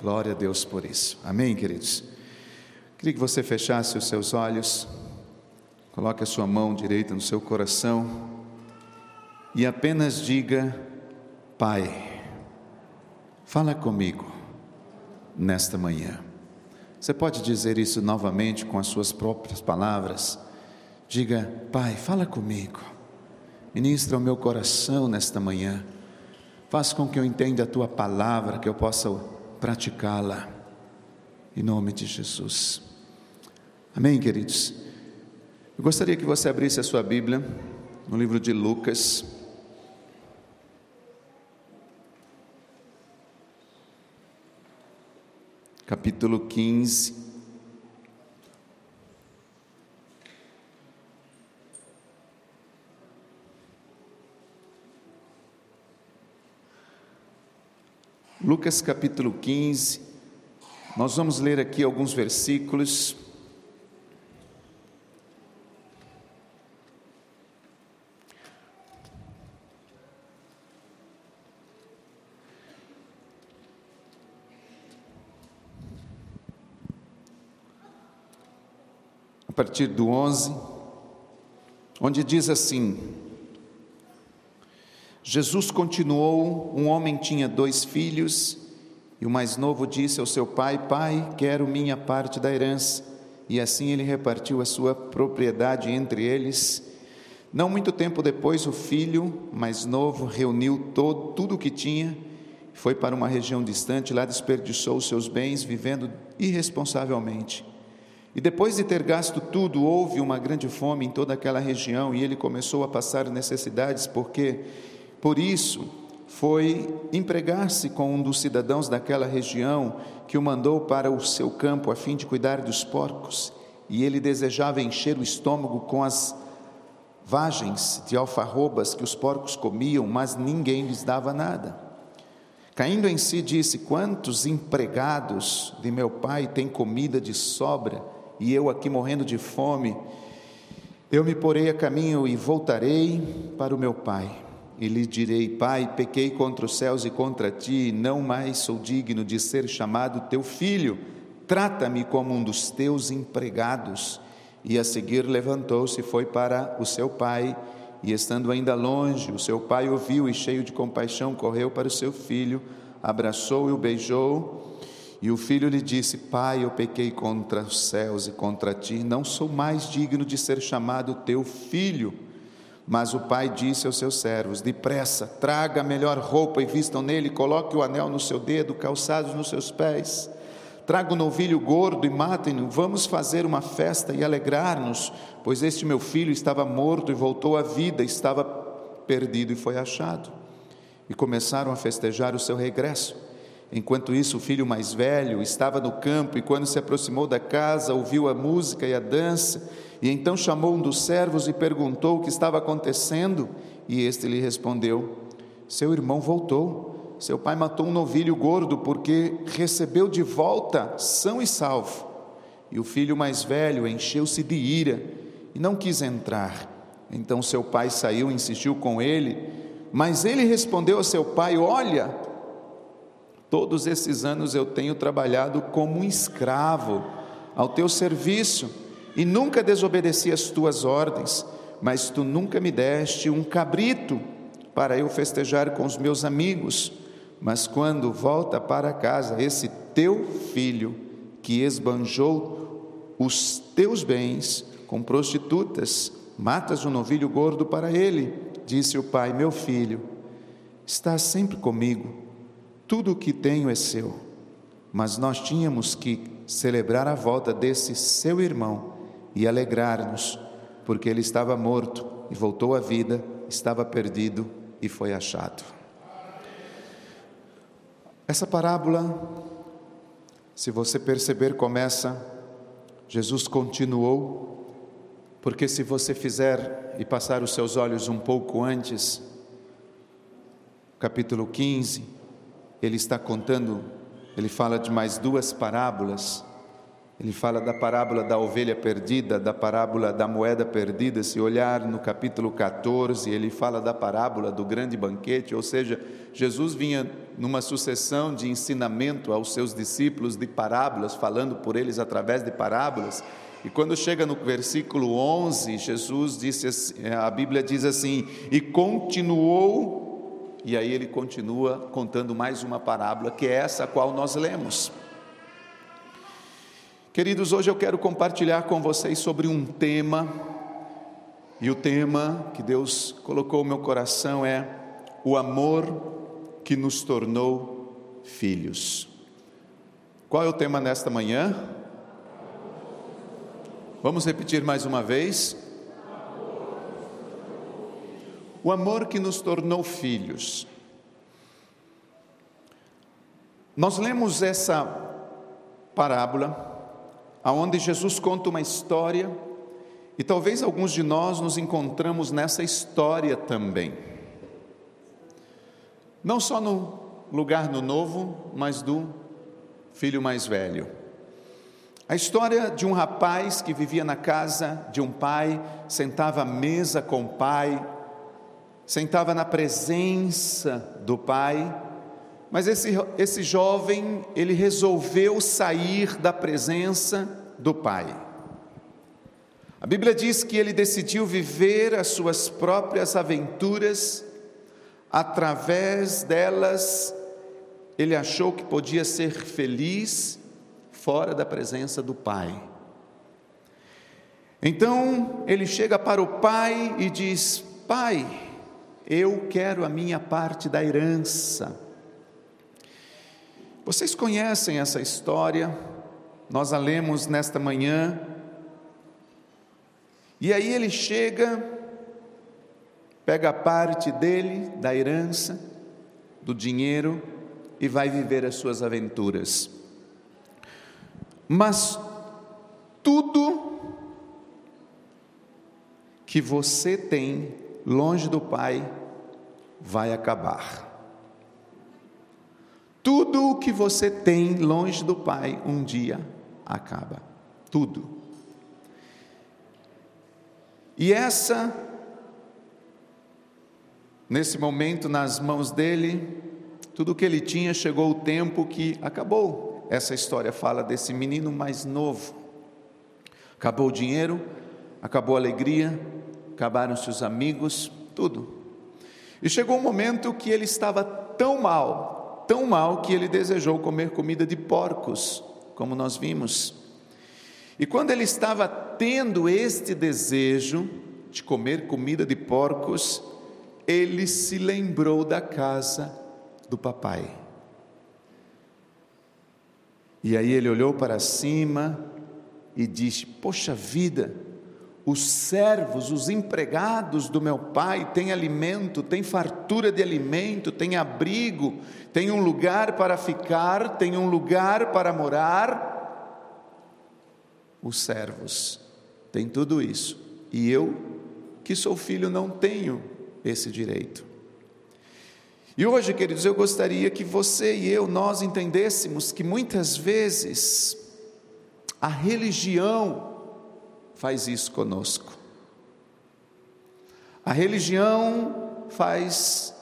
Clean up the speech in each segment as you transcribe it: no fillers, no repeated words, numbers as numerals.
Glória a Deus por isso. Amém, queridos? Queria que você fechasse os seus olhos, coloque a sua mão direita no seu coração e apenas diga: Pai, fala comigo nesta manhã. Você pode dizer isso novamente com as suas próprias palavras. Diga: Pai, fala comigo, ministra o meu coração nesta manhã, faz com que eu entenda a Tua palavra, que eu possa praticá-la, em nome de Jesus. Amém, queridos? Eu gostaria que você abrisse a sua Bíblia no livro de Lucas, capítulo 15. Lucas capítulo 15, nós vamos ler aqui alguns versículos. A partir do 11, onde diz assim: Jesus continuou, um homem tinha 2 filhos, e o mais novo disse ao seu pai: Pai, quero minha parte da herança. E assim ele repartiu a sua propriedade entre eles. Não muito tempo depois, o filho mais novo reuniu tudo o que tinha, foi para uma região distante, lá desperdiçou os seus bens, vivendo irresponsavelmente. E depois de ter gasto tudo, houve uma grande fome em toda aquela região, e ele começou a passar necessidades, por isso foi empregar-se com um dos cidadãos daquela região, que o mandou para o seu campo a fim de cuidar dos porcos. E ele desejava encher o estômago com as vagens de alfarrobas que os porcos comiam, mas ninguém lhes dava nada. Caindo em si, disse: Quantos empregados de meu pai têm comida de sobra, e eu aqui morrendo de fome? Eu me porei a caminho e voltarei para o meu pai, e lhe direi: Pai, pequei contra os céus e contra ti, e não mais sou digno de ser chamado teu filho. Trata-me como um dos teus empregados. E a seguir levantou-se e foi para o seu pai. E estando ainda longe, o seu pai ouviu e, cheio de compaixão, correu para o seu filho, abraçou e o beijou. E o filho lhe disse: Pai, eu pequei contra os céus e contra ti, não sou mais digno de ser chamado teu filho. Mas o pai disse aos seus servos: Depressa, traga a melhor roupa e vistam nele, coloque o anel no seu dedo, calçados nos seus pés. Traga um novilho gordo e matem-no, vamos fazer uma festa e alegrar-nos, pois este meu filho estava morto e voltou à vida, estava perdido e foi achado. E começaram a festejar o seu regresso. Enquanto isso, o filho mais velho estava no campo, e quando se aproximou da casa, ouviu a música e a dança, e então chamou um dos servos e perguntou o que estava acontecendo, e este lhe respondeu: Seu irmão voltou. Seu pai matou um novilho gordo, porque recebeu de volta são e salvo. E o filho mais velho encheu-se de ira e não quis entrar. Então seu pai saiu e insistiu com ele, mas ele respondeu a seu pai: Olha, todos esses anos eu tenho trabalhado como um escravo ao teu serviço, e nunca desobedeci às tuas ordens, mas tu nunca me deste um cabrito para eu festejar com os meus amigos. Mas quando volta para casa esse teu filho, que esbanjou os teus bens com prostitutas, matas um novilho gordo para ele. Disse o pai: Meu filho, estás sempre comigo, tudo o que tenho é seu. Mas nós tínhamos que celebrar a volta desse seu irmão e alegrar-nos, porque ele estava morto e voltou à vida, estava perdido e foi achado. Essa parábola, se você perceber, Jesus continuou, porque se você fizer e passar os seus olhos um pouco antes, capítulo 15, ele está contando, ele fala de mais 2 parábolas. Ele fala da parábola da ovelha perdida, da parábola da moeda perdida. Se olhar no capítulo 14, ele fala da parábola do grande banquete, ou seja, Jesus vinha numa sucessão de ensinamento aos seus discípulos de parábolas, falando por eles através de parábolas. E quando chega no versículo 11, Jesus disse assim, a Bíblia diz assim, e continuou, e aí ele continua contando mais uma parábola, que é essa a qual nós lemos. Queridos, hoje eu quero compartilhar com vocês sobre um tema, e o tema que Deus colocou no meu coração é o amor que nos tornou filhos. Qual é o tema nesta manhã? Vamos repetir mais uma vez. O amor que nos tornou filhos. Nós lemos essa parábola aonde Jesus conta uma história, e talvez alguns de nós nos encontramos nessa história também. Não só no lugar no novo, mas do filho mais velho. A história de um rapaz que vivia na casa de um pai, sentava à mesa com o pai, sentava na presença do pai, mas esse jovem, ele resolveu sair da presença do pai. A Bíblia diz que ele decidiu viver as suas próprias aventuras, através delas, ele achou que podia ser feliz fora da presença do pai. Então, ele chega para o pai e diz: pai, eu quero a minha parte da herança. Vocês conhecem essa história, nós a lemos nesta manhã, e aí ele chega, pega a parte dele, da herança, do dinheiro, e vai viver as suas aventuras. Mas tudo que você tem longe do Pai vai acabar. Tudo o que você tem longe do Pai um dia acaba. Tudo. E nesse momento, nas mãos dele, tudo o que ele tinha, chegou o tempo que acabou. Essa história fala desse menino mais novo. Acabou o dinheiro, acabou a alegria, acabaram-se os amigos, tudo. E chegou um momento que ele estava tão mal que ele desejou comer comida de porcos, como nós vimos. E quando ele estava tendo este desejo de comer comida de porcos, ele se lembrou da casa do papai. E aí ele olhou para cima e disse: poxa vida, os servos, os empregados do meu pai têm alimento, têm fartura de alimento, têm abrigo, têm um lugar para ficar, têm um lugar para morar. Os servos têm tudo isso, e eu, que sou filho, não tenho esse direito. E hoje, queridos, eu gostaria que você e eu, nós entendêssemos que muitas vezes a religião faz isso conosco. A religião faz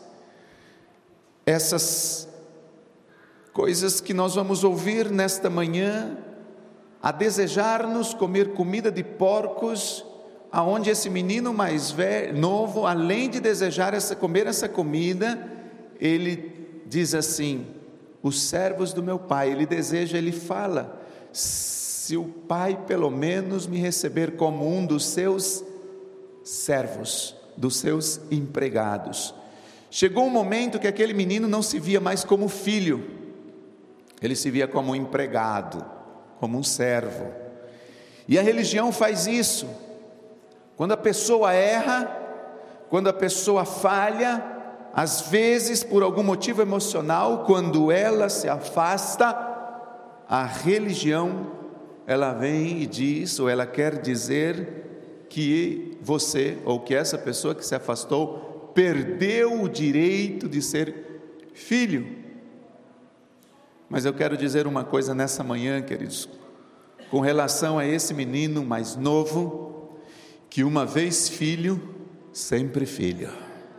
essas coisas que nós vamos ouvir nesta manhã, a desejar-nos comer comida de porcos, aonde esse menino mais velho, novo, além de desejar comer essa comida, ele diz assim: os servos do meu pai, ele deseja, ele fala, se o pai pelo menos me receber como um dos seus servos, dos seus empregados. Chegou um momento que aquele menino não se via mais como filho, ele se via como um empregado, como um servo. E a religião faz isso. Quando a pessoa erra, quando a pessoa falha, às vezes por algum motivo emocional, quando ela se afasta, a religião, ela vem e diz, ou ela quer dizer que você, ou que essa pessoa que se afastou, perdeu o direito de ser filho. Mas eu quero dizer uma coisa nessa manhã, queridos: com relação a esse menino mais novo, que uma vez filho, sempre filho.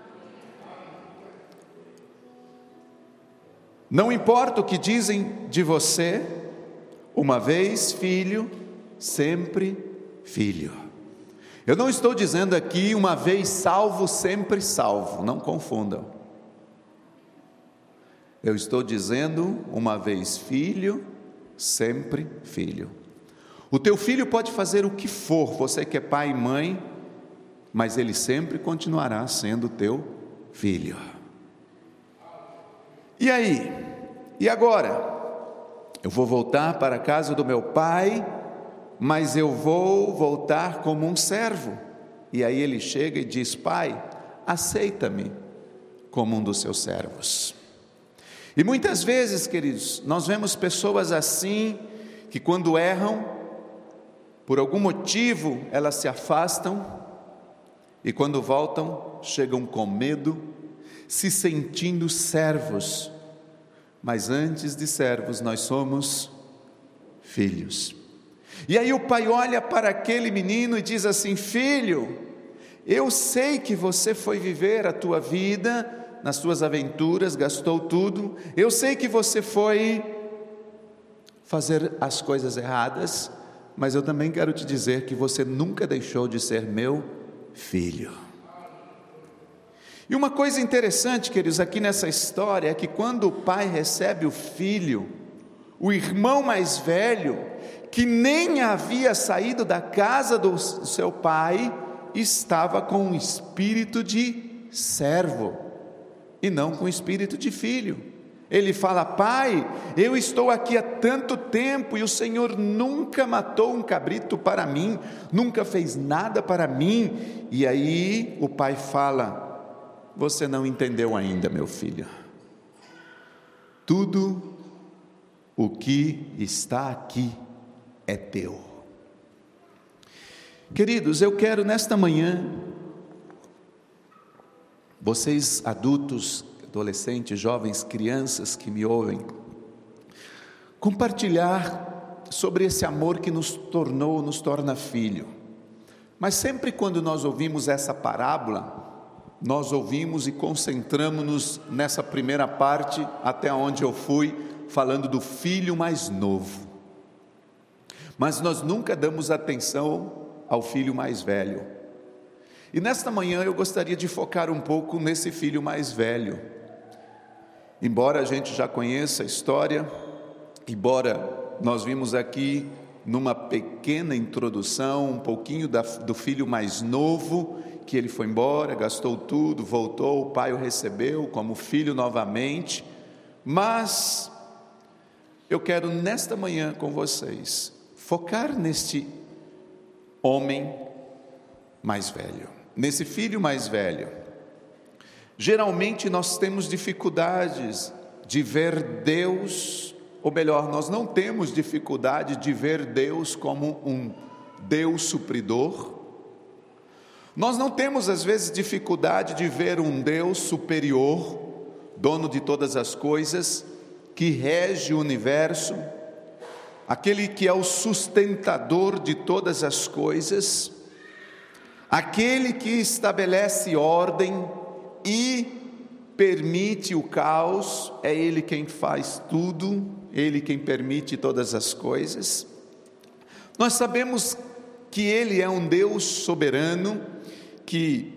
Não importa o que dizem de você, uma vez filho, sempre filho. Eu não estou dizendo aqui uma vez salvo, sempre salvo, não confundam. Eu estou dizendo uma vez filho, sempre filho. O teu filho pode fazer o que for, você que é pai e mãe, mas ele sempre continuará sendo teu filho. E aí? E agora? Eu vou voltar para a casa do meu pai, mas eu vou voltar como um servo. E aí ele chega e diz: pai, aceita-me como um dos seus servos. E muitas vezes, queridos, nós vemos pessoas assim, que quando erram, por algum motivo, elas se afastam, e quando voltam, chegam com medo, se sentindo servos. Mas antes de servos, nós somos filhos. E aí o pai olha para aquele menino e diz assim: filho, eu sei que você foi viver a tua vida nas suas aventuras, gastou tudo, eu sei que você foi fazer as coisas erradas, mas eu também quero te dizer que você nunca deixou de ser meu filho. E uma coisa interessante, queridos, aqui nessa história, é que quando o pai recebe o filho, o irmão mais velho, que nem havia saído da casa do seu pai, estava com um espírito de servo, e não com espírito de filho. Ele fala: pai, eu estou aqui há tanto tempo, e o Senhor nunca matou um cabrito para mim, nunca fez nada para mim. E aí o pai fala: você não entendeu ainda, meu filho. Tudo o que está aqui é teu. Queridos, eu quero nesta manhã, vocês adultos, adolescentes, jovens, crianças que me ouvem, compartilhar sobre esse amor que nos torna filho. Mas sempre quando nós ouvimos essa parábola, nós ouvimos e concentramos-nos nessa primeira parte, até onde eu fui, falando do filho mais novo. Mas nós nunca damos atenção ao filho mais velho. E nesta manhã eu gostaria de focar um pouco nesse filho mais velho. Embora a gente já conheça a história, embora nós vimos aqui numa pequena introdução um pouquinho do filho mais novo, que ele foi embora, gastou tudo, voltou, o pai o recebeu como filho novamente. Mas eu quero nesta manhã com vocês focar neste homem mais velho, nesse filho mais velho. Geralmente nós temos dificuldades de ver Deus, ou melhor, nós não temos dificuldade de ver Deus como um Deus supridor. Nós não temos às vezes dificuldade de ver um Deus superior, dono de todas as coisas, que rege o universo, aquele que é o sustentador de todas as coisas, aquele que estabelece ordem e permite o caos. É Ele quem faz tudo, Ele quem permite todas as coisas. Nós sabemos que Ele é um Deus soberano, que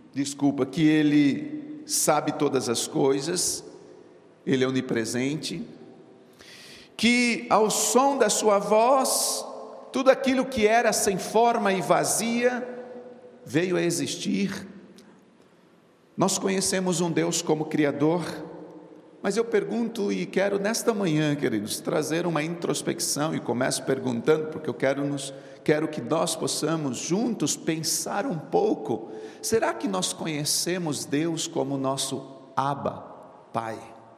Ele sabe todas as coisas, Ele é onipresente, que ao som da sua voz, tudo aquilo que era sem forma e vazia, veio a existir. Nós conhecemos um Deus como Criador, mas eu pergunto e quero nesta manhã, queridos, trazer uma introspecção, e começo perguntando, porque eu quero que nós possamos juntos pensar um pouco: será que nós conhecemos Deus como nosso Abba, Pai?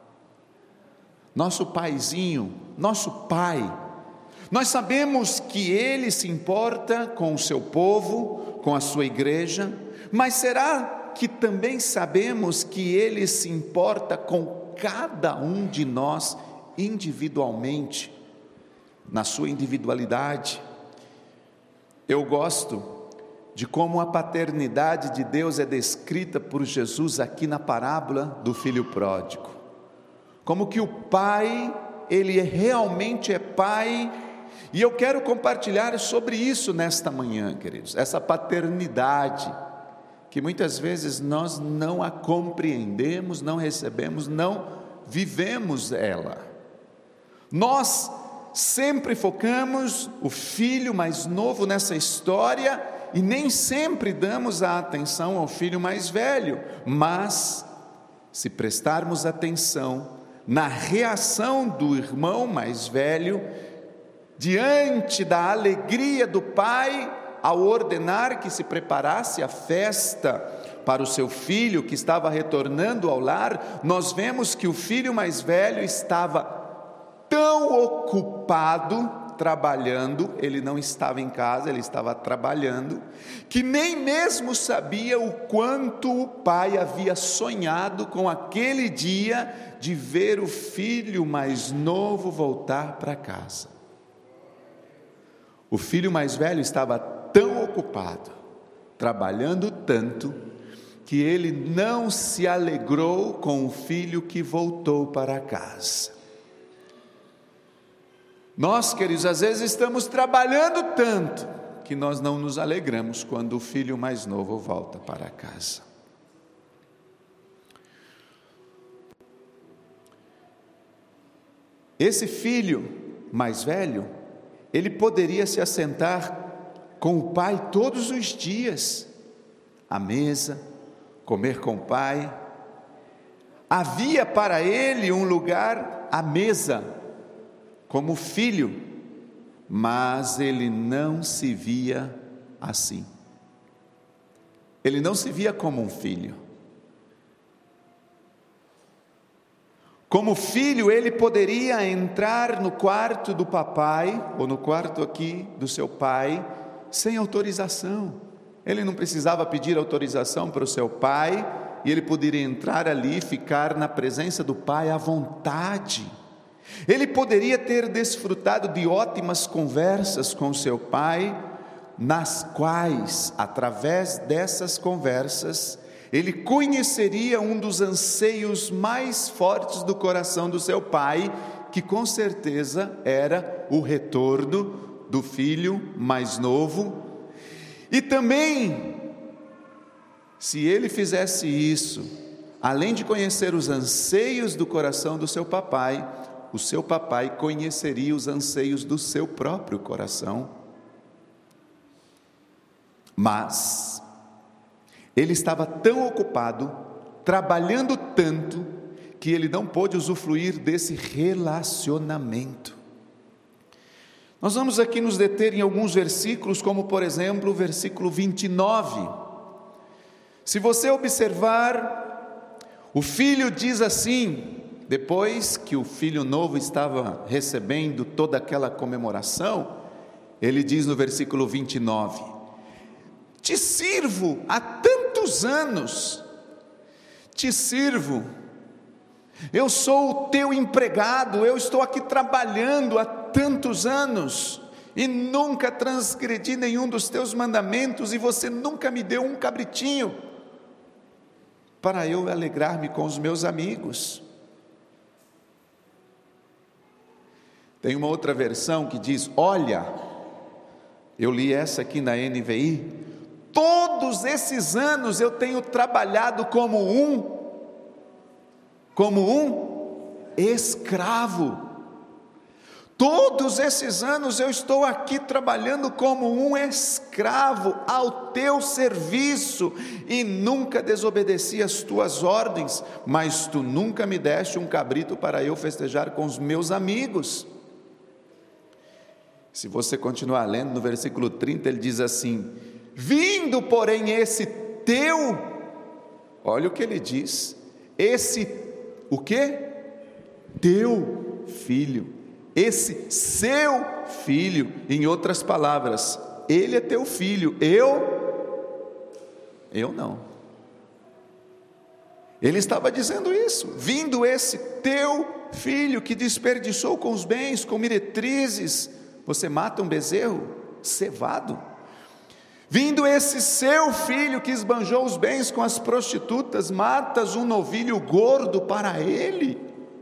Nosso paizinho, nosso Pai. Nós sabemos que Ele se importa com o seu povo, com a sua igreja, mas será que também sabemos que Ele se importa com cada um de nós individualmente? na sua individualidade. Eu gosto de como a paternidade de Deus é descrita por Jesus aqui na parábola do filho pródigo. Como que o pai, ele realmente é pai, e eu quero compartilhar sobre isso nesta manhã, queridos, essa paternidade, que muitas vezes nós não a compreendemos, não recebemos, não vivemos ela. Nós sempre focamos o filho mais novo nessa história, e nem sempre damos a atenção ao filho mais velho, mas se prestarmos atenção na reação do irmão mais velho, diante da alegria do pai, ao ordenar que se preparasse a festa para o seu filho que estava retornando ao lar, nós vemos que o filho mais velho estava tão ocupado trabalhando, ele não estava em casa, ele estava trabalhando, que nem mesmo sabia o quanto o pai havia sonhado com aquele dia de ver o filho mais novo voltar para casa. O filho mais velho estava tão ocupado, trabalhando tanto, que ele não se alegrou com o filho que voltou para casa. Nós, queridos, às vezes estamos trabalhando tanto, que nós não nos alegramos quando o filho mais novo volta para casa. Esse filho mais velho, ele poderia se assentar com o pai todos os dias, à mesa, comer com o pai. Havia para ele um lugar à mesa, como filho, mas ele não se via assim. Ele não se via como um filho. Como filho, ele poderia entrar no quarto do papai, ou no quarto aqui do seu pai, sem autorização. Ele não precisava pedir autorização para o seu pai, e ele poderia entrar ali e ficar na presença do pai à vontade. Ele poderia ter desfrutado de ótimas conversas com o seu pai, nas quais, através dessas conversas, ele conheceria um dos anseios mais fortes do coração do seu pai, que com certeza era o retorno do filho mais novo. E também, se ele fizesse isso, além de conhecer os anseios do coração do seu papai, o seu papai conheceria os anseios do seu próprio coração. Mas ele estava tão ocupado, trabalhando tanto, que ele não pôde usufruir desse relacionamento. Nós vamos aqui nos deter em alguns versículos, como por exemplo o versículo 29. Se você observar, o filho diz assim, depois que o filho novo estava recebendo toda aquela comemoração, ele diz no versículo 29, te sirvo há tantos anos, te sirvo, eu sou o teu empregado, eu estou aqui trabalhando há tantos anos, e nunca transgredi nenhum dos teus mandamentos, e você nunca me deu um cabritinho, para eu alegrar-me com os meus amigos. Tem uma outra versão que diz, olha, eu li essa aqui na NVI, todos esses anos eu tenho trabalhado como um escravo, todos esses anos eu estou aqui trabalhando como um escravo ao teu serviço, e nunca desobedeci as tuas ordens, mas tu nunca me deste um cabrito para eu festejar com os meus amigos. Se você continuar lendo no versículo 30, ele diz assim, vindo porém esse teu, olha o que ele diz, esse, o que? Teu filho, esse seu filho, em outras palavras, ele é teu filho, eu não. Ele estava dizendo isso: vindo esse teu filho que desperdiçou com os bens, com meretrizes, você mata um bezerro cevado. Vindo esse seu filho que esbanjou os bens com as prostitutas, matas um novilho gordo para ele.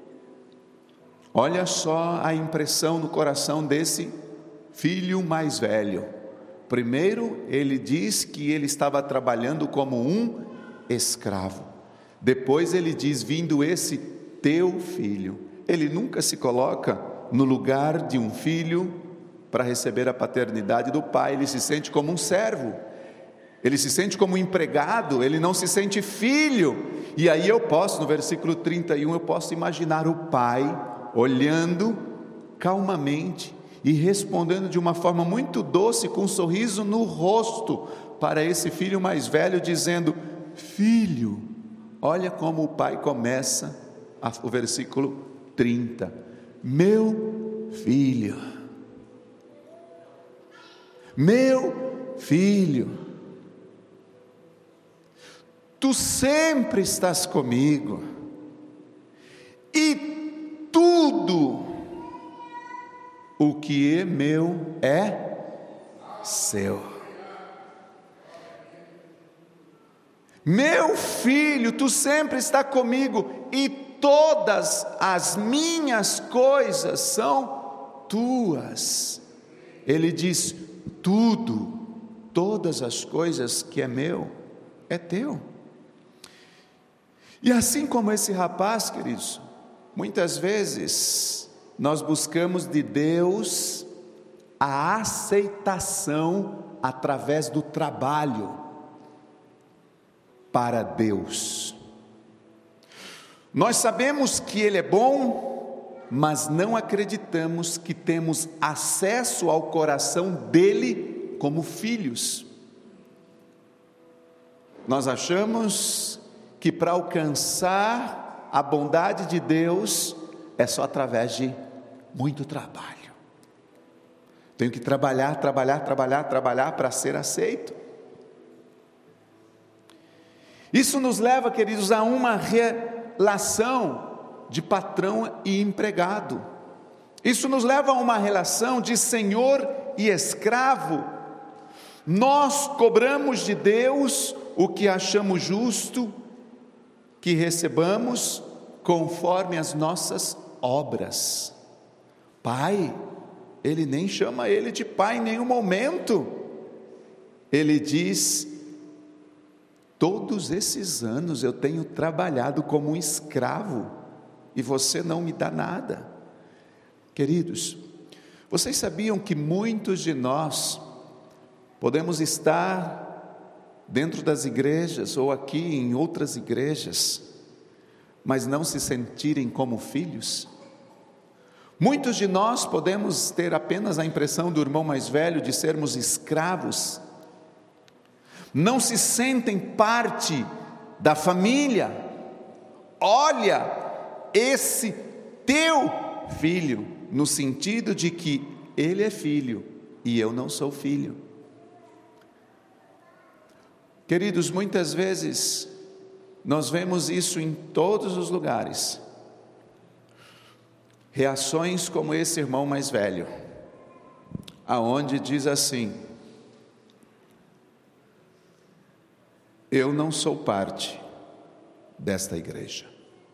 Olha só a impressão no coração desse filho mais velho. Primeiro, ele diz que ele estava trabalhando como um escravo. Depois ele diz: vindo esse teu filho. Ele nunca se coloca no lugar de um filho para receber a paternidade do pai. Ele se sente como um servo, ele se sente como um empregado, ele não se sente filho. E aí eu posso, no versículo 31, eu posso imaginar o pai olhando calmamente e respondendo de uma forma muito doce, com um sorriso no rosto, para esse filho mais velho, dizendo: filho. Olha como o pai começa o versículo 30: meu filho, meu filho, tu sempre estás comigo, e tudo o que é meu é seu. Meu filho, tu sempre está comigo, e todas as minhas coisas são tuas. Ele diz: tudo, todas as coisas que é meu, é teu. E assim como esse rapaz, queridos, muitas vezes nós buscamos de Deus a aceitação através do trabalho para Deus. Nós sabemos que Ele é bom, mas não acreditamos que temos acesso ao coração dEle como filhos. Nós achamos que para alcançar a bondade de Deus é só através de muito trabalho. Tenho que trabalhar para ser aceito. Isso nos leva, queridos, a uma relação de patrão e empregado. Isso nos leva a uma relação de senhor e escravo. Nós cobramos de Deus o que achamos justo que recebamos conforme as nossas obras. Pai, ele nem chama ele de pai em nenhum momento. Ele diz: todos esses anos eu tenho trabalhado como um escravo e você não me dá nada. Queridos, vocês sabiam que muitos de nós podemos estar dentro das igrejas ou aqui em outras igrejas, mas não se sentirem como filhos? Muitos de nós podemos ter apenas a impressão do irmão mais velho de sermos escravos, não se sentem parte da família. Olha, esse teu filho, no sentido de que ele é filho e eu não sou filho. Queridos, muitas vezes nós vemos isso em todos os lugares. Reações como esse irmão mais velho, aonde diz assim: eu não sou parte desta igreja.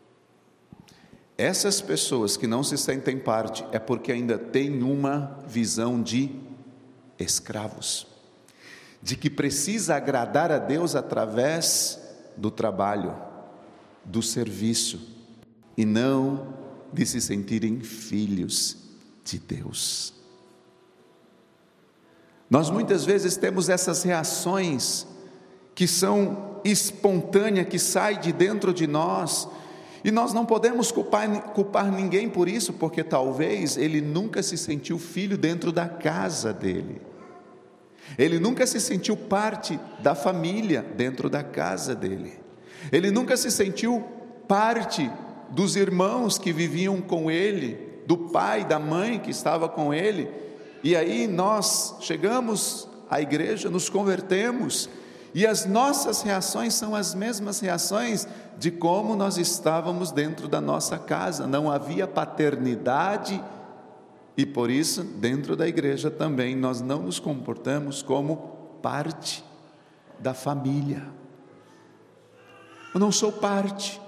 Essas pessoas que não se sentem parte é porque ainda têm uma visão de escravos, de que precisa agradar a Deus através do trabalho, do serviço, e não de se sentirem filhos de Deus. Nós muitas vezes temos essas reações que são espontâneas, que saem de dentro de nós, e nós não podemos culpar ninguém por isso, porque talvez ele nunca se sentiu filho dentro da casa dele, ele nunca se sentiu parte da família dentro da casa dele, ele nunca se sentiu parte dos irmãos que viviam com ele, do pai, da mãe que estava com ele. E aí nós chegamos à igreja, nos convertemos, E as nossas reações são as mesmas reações de como nós estávamos dentro da nossa casa. Não havia paternidade e por isso, dentro da igreja também, nós não nos comportamos como parte da família. Eu não sou parte.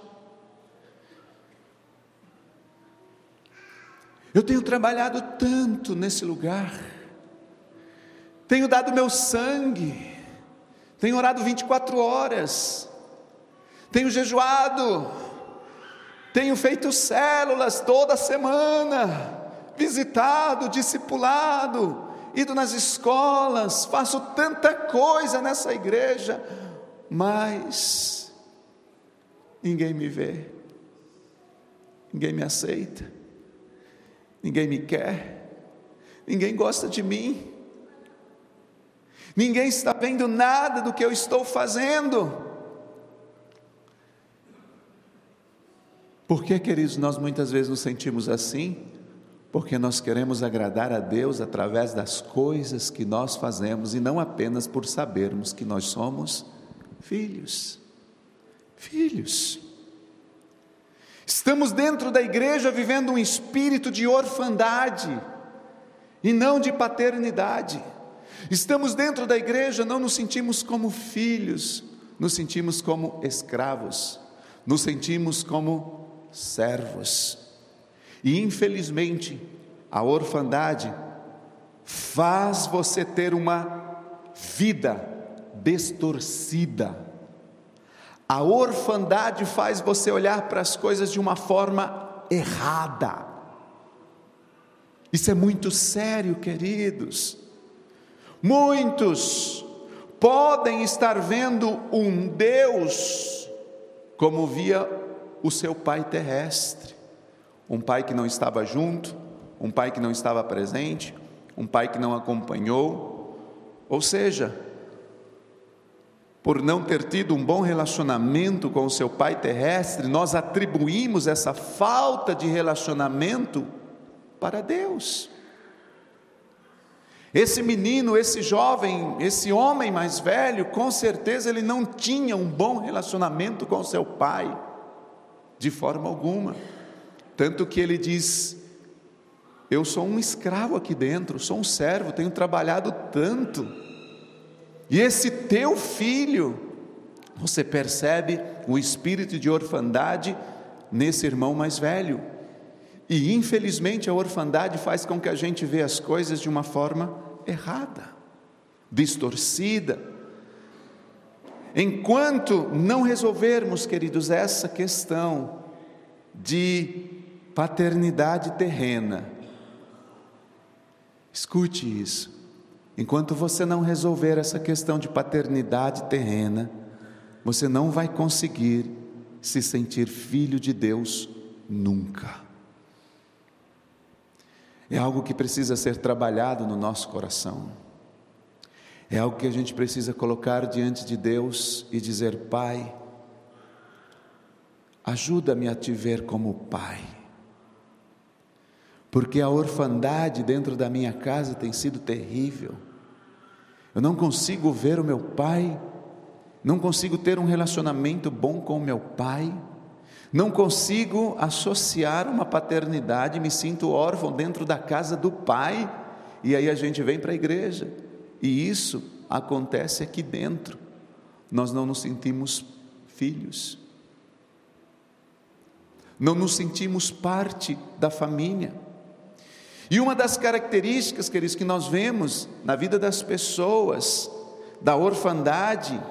Eu tenho trabalhado tanto nesse lugar, tenho dado meu sangue, tenho orado 24 horas, tenho jejuado, tenho feito células toda semana, visitado, discipulado, ido nas escolas, faço tanta coisa nessa igreja, mas ninguém me vê, ninguém me aceita, ninguém me quer, ninguém gosta de mim, ninguém está vendo nada do que eu estou fazendo. Por que, queridos, nós muitas vezes nos sentimos assim? Porque nós queremos agradar a Deus através das coisas que nós fazemos e não apenas por sabermos que nós somos filhos. Estamos dentro da igreja vivendo um espírito de orfandade e não de paternidade. Estamos dentro da igreja, não nos sentimos como filhos, nos sentimos como escravos, nos sentimos como servos. E infelizmente, a orfandade faz você ter uma vida distorcida. A orfandade faz você olhar para as coisas de uma forma errada. Isso é muito sério, queridos. Muitos podem estar vendo um Deus como via o seu pai terrestre. Um pai que não estava junto, um pai que não estava presente, um pai que não acompanhou. Ou seja, por não ter tido um bom relacionamento com o seu pai terrestre, nós atribuímos essa falta de relacionamento para Deus. Esse menino, esse jovem, esse homem mais velho, com certeza ele não tinha um bom relacionamento com o seu pai, de forma alguma. Tanto que ele diz: eu sou um escravo aqui dentro, sou um servo, tenho trabalhado tanto. E esse teu filho, você percebe o espírito de orfandade nesse irmão mais velho. E infelizmente a orfandade faz com que a gente veja as coisas de uma forma errada, distorcida. Enquanto não resolvermos, queridos, essa questão de paternidade terrena, escute isso, enquanto você não resolver essa questão de paternidade terrena, você não vai conseguir se sentir filho de Deus nunca. É algo que precisa ser trabalhado no nosso coração, é algo que a gente precisa colocar diante de Deus e dizer: Pai, ajuda-me a te ver como Pai, porque a orfandade dentro da minha casa tem sido terrível. Eu não consigo ver o meu pai, não consigo ter um relacionamento bom com o meu pai, não consigo associar uma paternidade, me sinto órfão dentro da casa do pai. E aí a gente vem para a igreja, e isso acontece aqui dentro, nós não nos sentimos filhos, não nos sentimos parte da família. E uma das características, queridos, que nós vemos na vida das pessoas da orfandade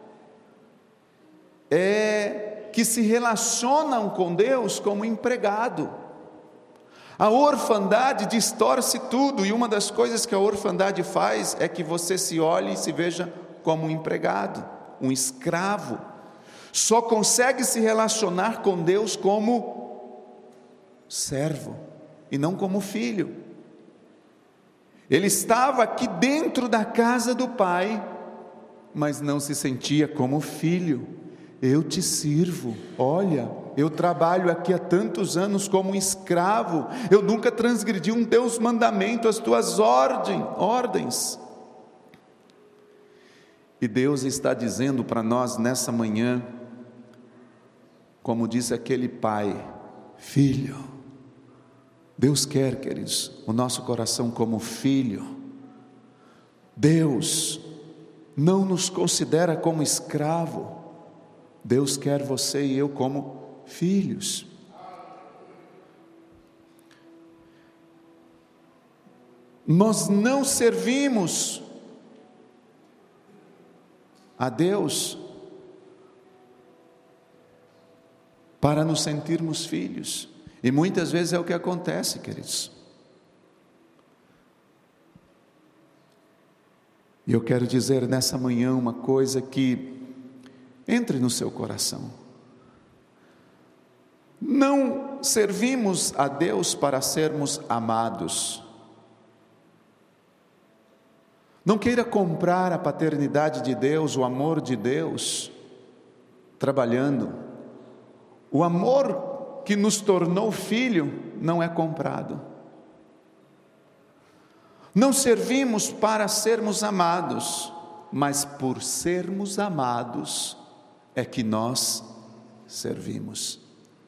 é que se relacionam com Deus como empregado. A orfandade distorce tudo, e uma das coisas que a orfandade faz é que você se olhe e se veja como um empregado, um escravo. Só consegue se relacionar com Deus como servo e não como filho. Ele estava aqui dentro da casa do pai, mas não se sentia como filho. Eu te sirvo, olha, eu trabalho aqui há tantos anos como um escravo, eu nunca transgredi um teus mandamentos, as tuas ordens. E Deus está dizendo para nós nessa manhã, como disse aquele pai: filho. Deus quer, queridos, o nosso coração como filho. Deus não nos considera como escravo. Deus quer você e eu como filhos. Nós não servimos a Deus para nos sentirmos filhos, e muitas vezes é o que acontece, queridos. E eu quero dizer nessa manhã uma coisa que entre no seu coração: não servimos a Deus para sermos amados. Não queira comprar a paternidade de Deus, o amor de Deus, trabalhando. O amor que nos tornou filho não é comprado. Não servimos para sermos amados, mas por sermos amados é que nós servimos.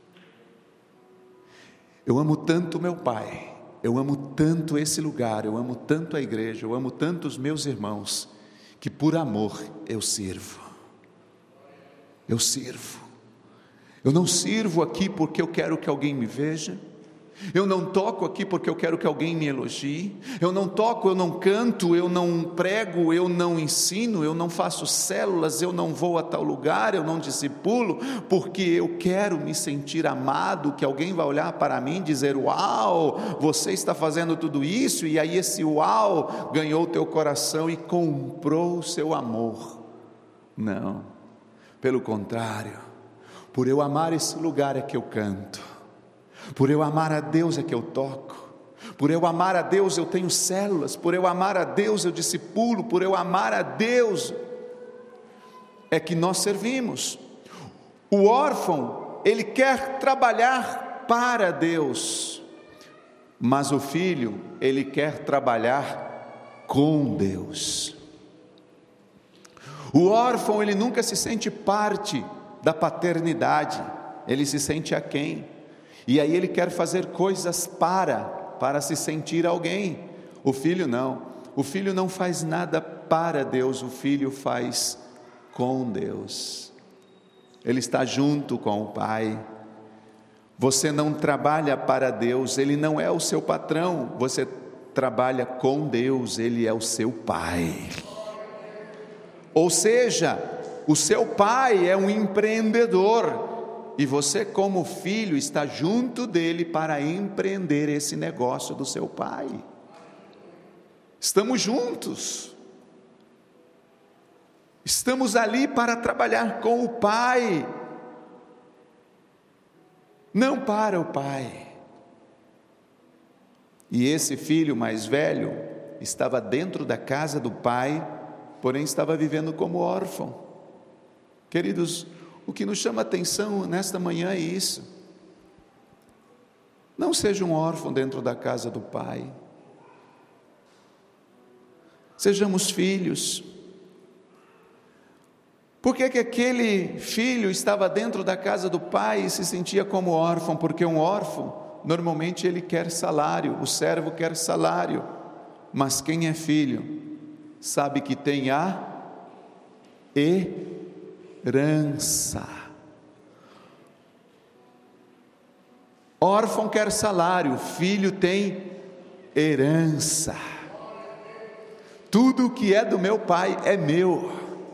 Eu amo tanto meu Pai, eu amo tanto esse lugar, eu amo tanto a igreja, eu amo tanto os meus irmãos, que por amor eu sirvo. Eu sirvo. Eu não sirvo aqui porque eu quero que alguém me veja. Eu não toco aqui porque eu quero que alguém me elogie. Eu não toco, eu não canto, eu não prego, eu não ensino, eu não faço células, eu não vou a tal lugar, eu não discipulo, porque eu quero me sentir amado, que alguém vai olhar para mim e dizer: uau, você está fazendo tudo isso, e aí esse uau ganhou o teu coração e comprou o seu amor. Não, pelo contrário, por eu amar esse lugar é que eu canto. Por eu amar a Deus é que eu toco. Por eu amar a Deus eu tenho células. Por eu amar a Deus eu discipulo. Por eu amar a Deus é que nós servimos. O órfão, ele quer trabalhar para Deus, mas o filho, ele quer trabalhar com Deus. O órfão, ele nunca se sente parte da paternidade, ele se sente aquém. E aí ele quer fazer coisas para se sentir alguém. O filho não. O filho não faz nada para Deus, o filho faz com Deus. Ele está junto com o Pai. Você não trabalha para Deus, Ele não é o seu patrão. Você trabalha com Deus, Ele é o seu Pai. Ou seja, o seu pai é um empreendedor. E você, como filho, está junto dele para empreender esse negócio do seu pai. Estamos juntos. Estamos ali para trabalhar com o pai, não para o pai. E esse filho mais velho estava dentro da casa do pai, porém estava vivendo como órfão. Queridos, o que nos chama a atenção nesta manhã é isso. Não seja um órfão dentro da casa do Pai. Sejamos filhos. Por que aquele filho estava dentro da casa do pai e se sentia como órfão? Porque um órfão, normalmente ele quer salário, o servo quer salário. Mas quem é filho, sabe que tem a herança. Órfão quer salário, filho tem herança. Tudo que é do meu pai é meu.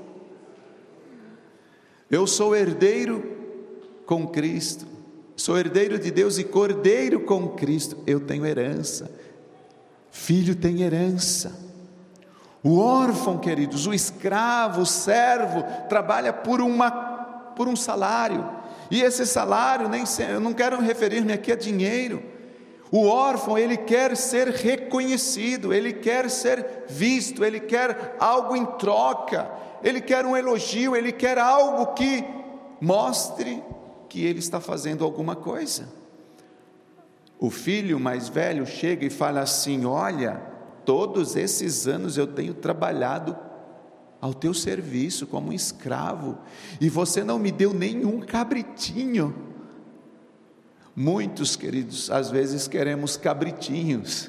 Eu sou herdeiro com Cristo, sou herdeiro de Deus e cordeiro com Cristo. Eu tenho herança. Filho tem herança. O órfão, queridos, o escravo, o servo, trabalha por um salário, e esse salário, eu não quero referir-me aqui a dinheiro. O órfão, ele quer ser reconhecido, ele quer ser visto, ele quer algo em troca, ele quer um elogio, ele quer algo que mostre que ele está fazendo alguma coisa. O filho mais velho chega e fala assim: olha, todos esses anos eu tenho trabalhado ao teu serviço como um escravo, e você não me deu nenhum cabritinho. Muitos, queridos, às vezes queremos cabritinhos.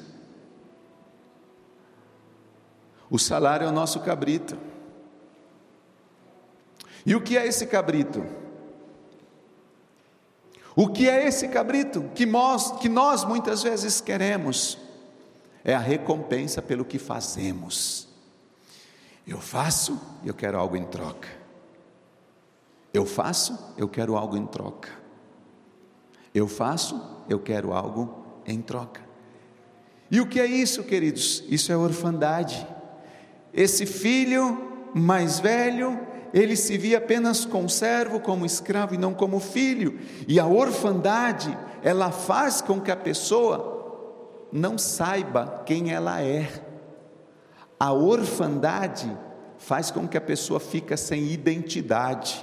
O salário é o nosso cabrito. E o que é esse cabrito? O que é esse cabrito que nós muitas vezes queremos? É a recompensa pelo que fazemos. Eu faço, eu quero algo em troca. Eu faço, eu quero algo em troca. Eu faço, eu quero algo em troca. E o que é isso, queridos? Isso é orfandade. Esse filho mais velho, ele se via apenas como servo, como escravo e não como filho. E a orfandade, ela faz com que a pessoa não saiba quem ela é. A orfandade faz com que a pessoa fique sem identidade.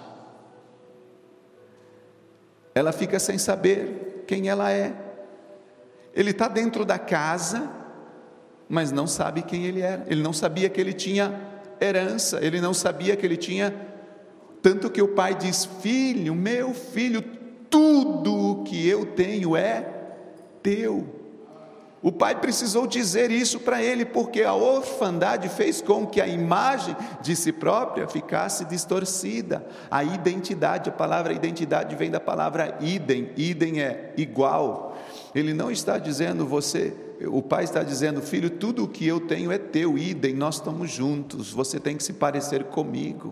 Ela fica sem saber quem ela é. Ele está dentro da casa, mas não sabe quem ele era. Ele não sabia que ele tinha herança, ele não sabia que ele tinha, tanto que o pai diz: filho, meu filho, tudo o que eu tenho é teu. O pai precisou dizer isso para ele, porque a orfandade fez com que a imagem de si própria ficasse distorcida. A identidade, a palavra identidade vem da palavra idem. Idem é igual. Ele não está dizendo você, o pai está dizendo: filho, tudo o que eu tenho é teu, idem, nós estamos juntos, você tem que se parecer comigo.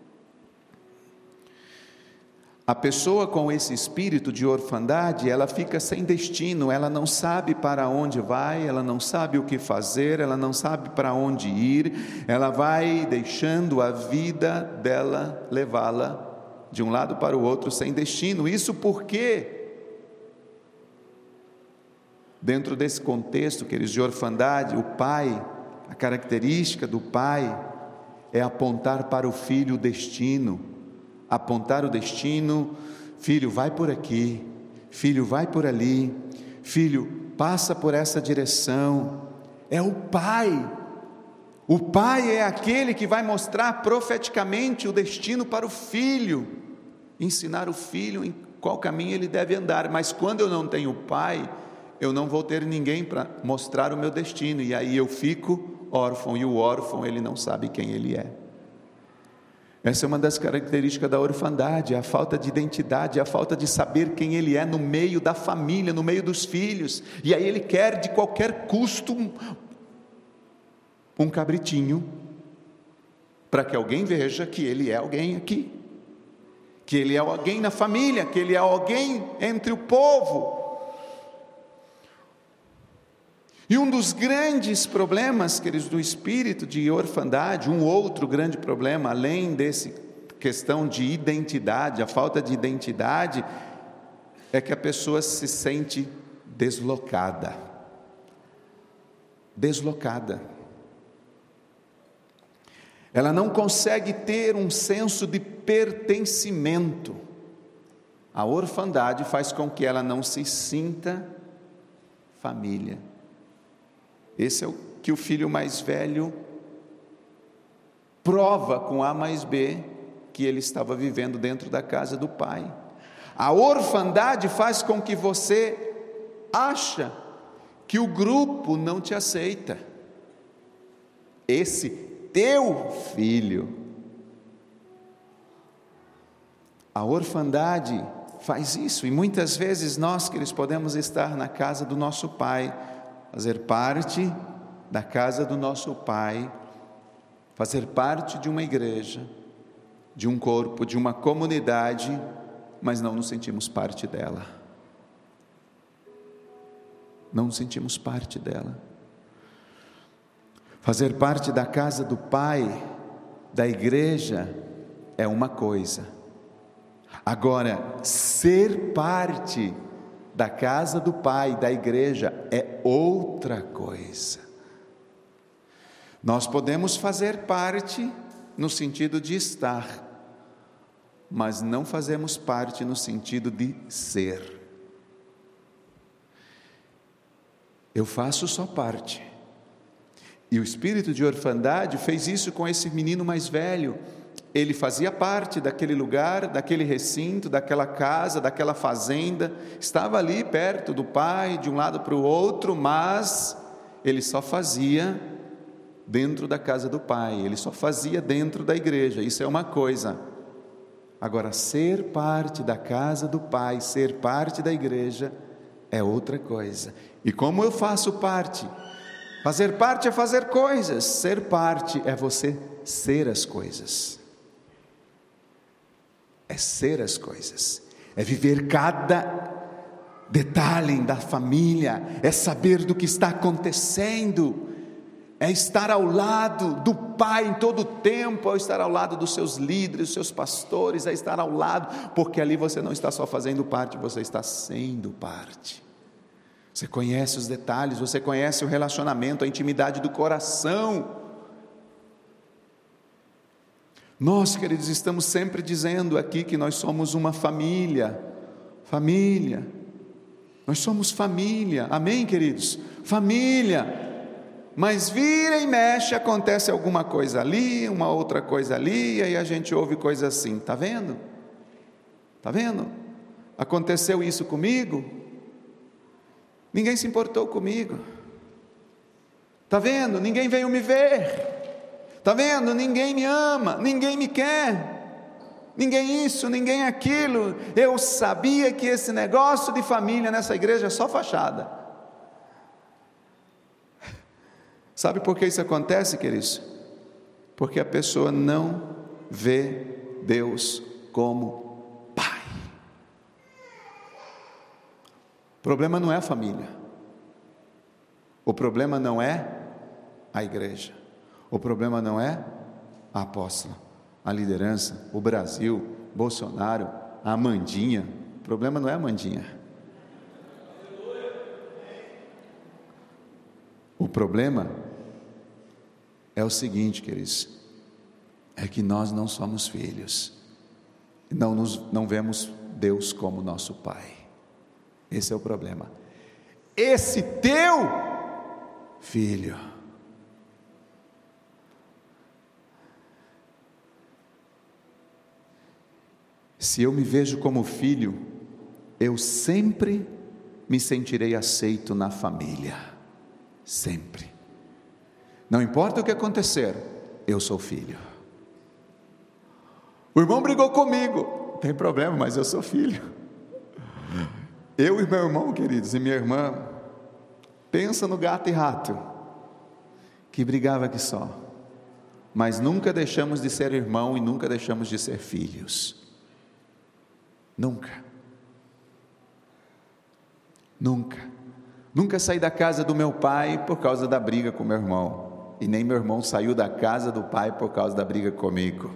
A pessoa com esse espírito de orfandade, ela fica sem destino, ela não sabe para onde vai, ela não sabe o que fazer, ela não sabe para onde ir, ela vai deixando a vida dela levá-la de um lado para o outro sem destino. Isso porque, dentro desse contexto, queridos, de orfandade, o pai, a característica do pai é apontar para o filho o destino. Apontar o destino: filho, vai por aqui, filho, vai por ali, filho, passa por essa direção. É o pai é aquele que vai mostrar profeticamente o destino para o filho, ensinar o filho em qual caminho ele deve andar. Mas quando eu não tenho pai, eu não vou ter ninguém para mostrar o meu destino, e aí eu fico órfão, e o órfão, ele não sabe quem ele é. Essa é uma das características da orfandade, a falta de identidade, a falta de saber quem ele é no meio da família, no meio dos filhos, e aí ele quer de qualquer custo um cabritinho, para que alguém veja que ele é alguém aqui, que ele é alguém na família, que ele é alguém entre o povo. E um dos grandes problemas, queridos, do espírito de orfandade, um outro grande problema, além dessa questão de identidade, a falta de identidade, é que a pessoa se sente deslocada. Ela não consegue ter um senso de pertencimento. A orfandade faz com que ela não se sinta família. Esse é o que o filho mais velho prova com A mais B, que ele estava vivendo dentro da casa do pai. A orfandade faz com que você acha que o grupo não te aceita. Esse teu filho. A orfandade faz isso, e muitas vezes nós, queridos, podemos estar na casa do nosso pai, fazer parte da casa do nosso pai, fazer parte de uma igreja, de um corpo, de uma comunidade, mas não nos sentimos parte dela. Não nos sentimos parte dela. Fazer parte da casa do pai, da igreja, é uma coisa. Agora, ser parte da casa do pai, da igreja, é outra coisa. Nós podemos fazer parte no sentido de estar, mas não fazemos parte no sentido de ser. Eu faço só parte. E o espírito de orfandade fez isso com esse menino mais velho. Ele fazia parte daquele lugar, daquele recinto, daquela casa, daquela fazenda, estava ali perto do pai, de um lado para o outro, mas ele só fazia dentro da casa do pai, ele só fazia dentro da igreja. Isso é uma coisa. Agora, ser parte da casa do pai, ser parte da igreja, é outra coisa. E como eu faço parte? Fazer parte é fazer coisas, ser parte é você ser as coisas. É ser as coisas, é viver cada detalhe da família, é saber do que está acontecendo, é estar ao lado do pai em todo o tempo, é estar ao lado dos seus líderes, dos seus pastores, é estar ao lado, porque ali você não está só fazendo parte, você está sendo parte. Você conhece os detalhes, você conhece o relacionamento, a intimidade do coração. Nós, queridos, estamos sempre dizendo aqui que nós somos uma família, nós somos família, amém, queridos? Família, mas vira e mexe, acontece alguma coisa ali, uma outra coisa ali, e aí a gente ouve coisa assim, está vendo? Está vendo? Aconteceu isso comigo, ninguém se importou comigo, está vendo? Ninguém veio me ver. Está vendo? Ninguém me ama, ninguém me quer, ninguém isso, ninguém aquilo. Eu sabia que esse negócio de família nessa igreja é só fachada. Sabe por que isso acontece, queridos? Porque a pessoa não vê Deus como Pai. O problema não é a família, o problema não é a igreja. O problema não é a apóstola, a liderança, o Brasil, Bolsonaro, a Amandinha. O problema não é a Amandinha. O problema é o seguinte, queridos, é que nós não somos filhos, não vemos Deus como nosso Pai. Esse é o problema. Esse teu filho, se eu me vejo como filho, eu sempre me sentirei aceito na família, sempre. Não importa o que acontecer, eu sou filho. O irmão brigou comigo, não tem problema, mas eu sou filho. Eu e meu irmão, queridos, e minha irmã, pensa no gato e rato, que brigava aqui só, mas nunca deixamos de ser irmão e nunca deixamos de ser filhos. Nunca saí da casa do meu pai por causa da briga com meu irmão, e nem meu irmão saiu da casa do pai por causa da briga comigo.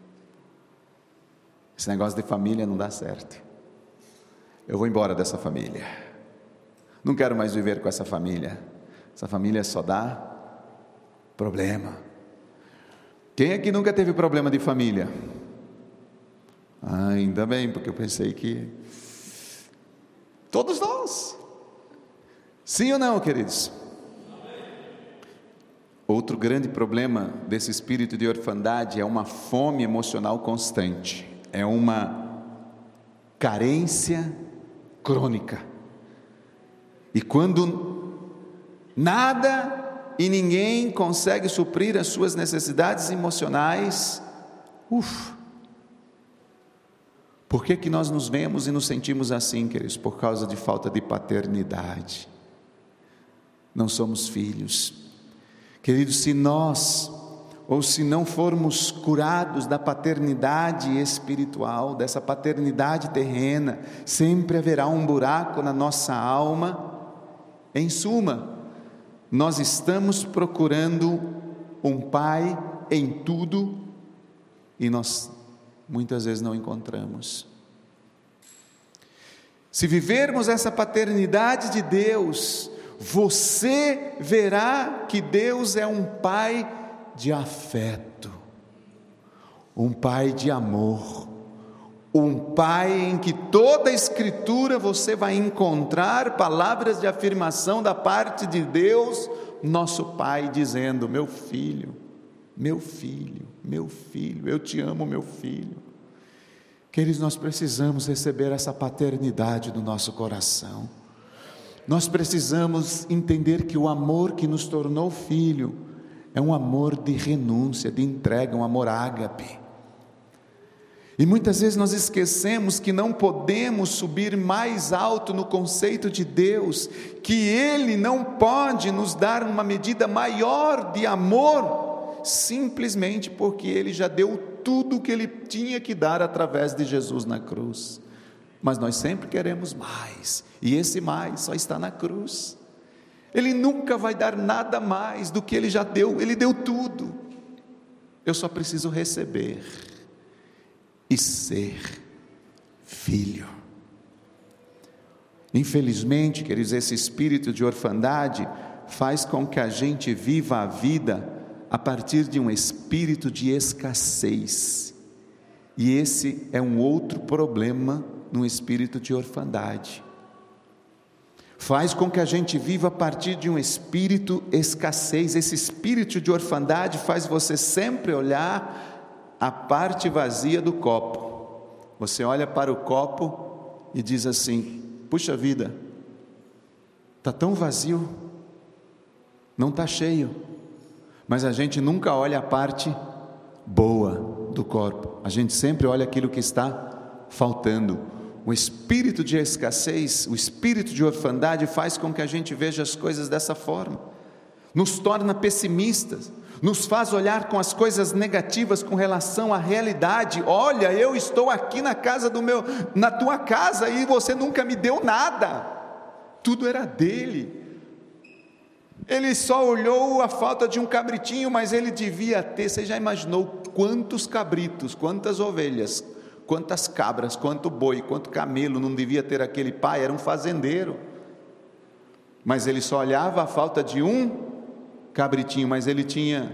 Esse negócio de família não dá certo. Eu vou embora dessa família, não quero mais viver com essa família só dá problema. Quem aqui nunca teve problema de família? Ainda bem, porque eu pensei que todos nós. Sim ou não, queridos? Outro grande problema desse espírito de orfandade é uma fome emocional constante, é uma carência crônica. E quando nada e ninguém consegue suprir as suas necessidades emocionais, por que nós nos vemos e nos sentimos assim, queridos? Por causa de falta de paternidade. Não somos filhos. Queridos, se nós, ou se não formos curados da paternidade espiritual, dessa paternidade terrena, sempre haverá um buraco na nossa alma. Em suma, nós estamos procurando um pai em tudo, e nós muitas vezes não encontramos. Se vivermos essa paternidade de Deus, você verá que Deus é um pai de afeto, um pai de amor, um pai em que toda a Escritura você vai encontrar palavras de afirmação da parte de Deus nosso Pai dizendo: meu filho, meu filho, meu filho, eu te amo, meu filho. Queridos, nós precisamos receber essa paternidade no nosso coração. Nós precisamos entender que o amor que nos tornou filho é um amor de renúncia, de entrega, um amor ágape. E muitas vezes nós esquecemos que não podemos subir mais alto no conceito de Deus, que Ele não pode nos dar uma medida maior de amor, simplesmente porque Ele já deu tudo o que Ele tinha que dar através de Jesus na cruz. Mas nós sempre queremos mais, e esse mais só está na cruz. Ele nunca vai dar nada mais do que Ele já deu, Ele deu tudo. Eu só preciso receber e ser filho. Infelizmente, queridos, esse espírito de orfandade faz com que a gente viva a vida a partir de um espírito de escassez, e esse é um outro problema no espírito de orfandade. Faz com que a gente viva a partir de um espírito escassez. Esse espírito de orfandade faz você sempre olhar a parte vazia do copo. Você olha para o copo e diz assim: puxa vida, está tão vazio, não está cheio. Mas a gente nunca olha a parte boa do copo, a gente sempre olha aquilo que está faltando. O espírito de escassez, o espírito de orfandade faz com que a gente veja as coisas dessa forma, nos torna pessimistas, nos faz olhar com as coisas negativas com relação à realidade. Olha, eu estou aqui na tua casa e você nunca me deu nada, tudo era dele. Ele só olhou a falta de um cabritinho, mas ele devia ter, você já imaginou quantos cabritos, quantas ovelhas, quantas cabras, quanto boi, quanto camelo não devia ter aquele pai? Era um fazendeiro, mas ele só olhava a falta de um cabritinho, mas ele tinha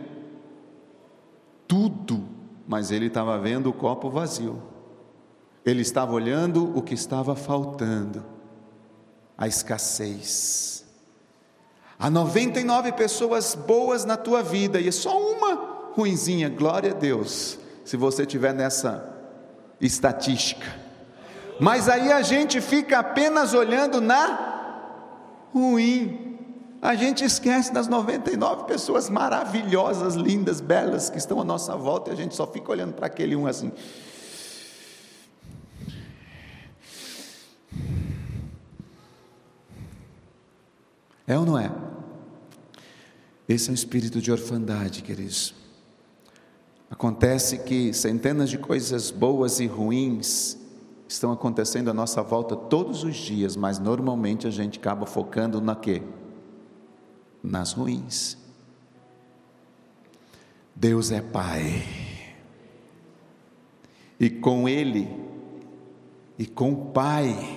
tudo, mas ele estava vendo o copo vazio, ele estava olhando o que estava faltando, a escassez. Há 99 pessoas boas na tua vida e é só uma ruinzinha. Glória a Deus se você estiver nessa estatística, mas aí a gente fica apenas olhando na ruim, a gente esquece das 99 pessoas maravilhosas, lindas, belas que estão à nossa volta, e a gente só fica olhando para aquele um assim. É ou não é? Esse é um espírito de orfandade, queridos. Acontece que centenas de coisas boas e ruins estão acontecendo à nossa volta todos os dias, mas normalmente a gente acaba focando na quê? Nas ruins. Deus é Pai, e com Ele, e com o Pai,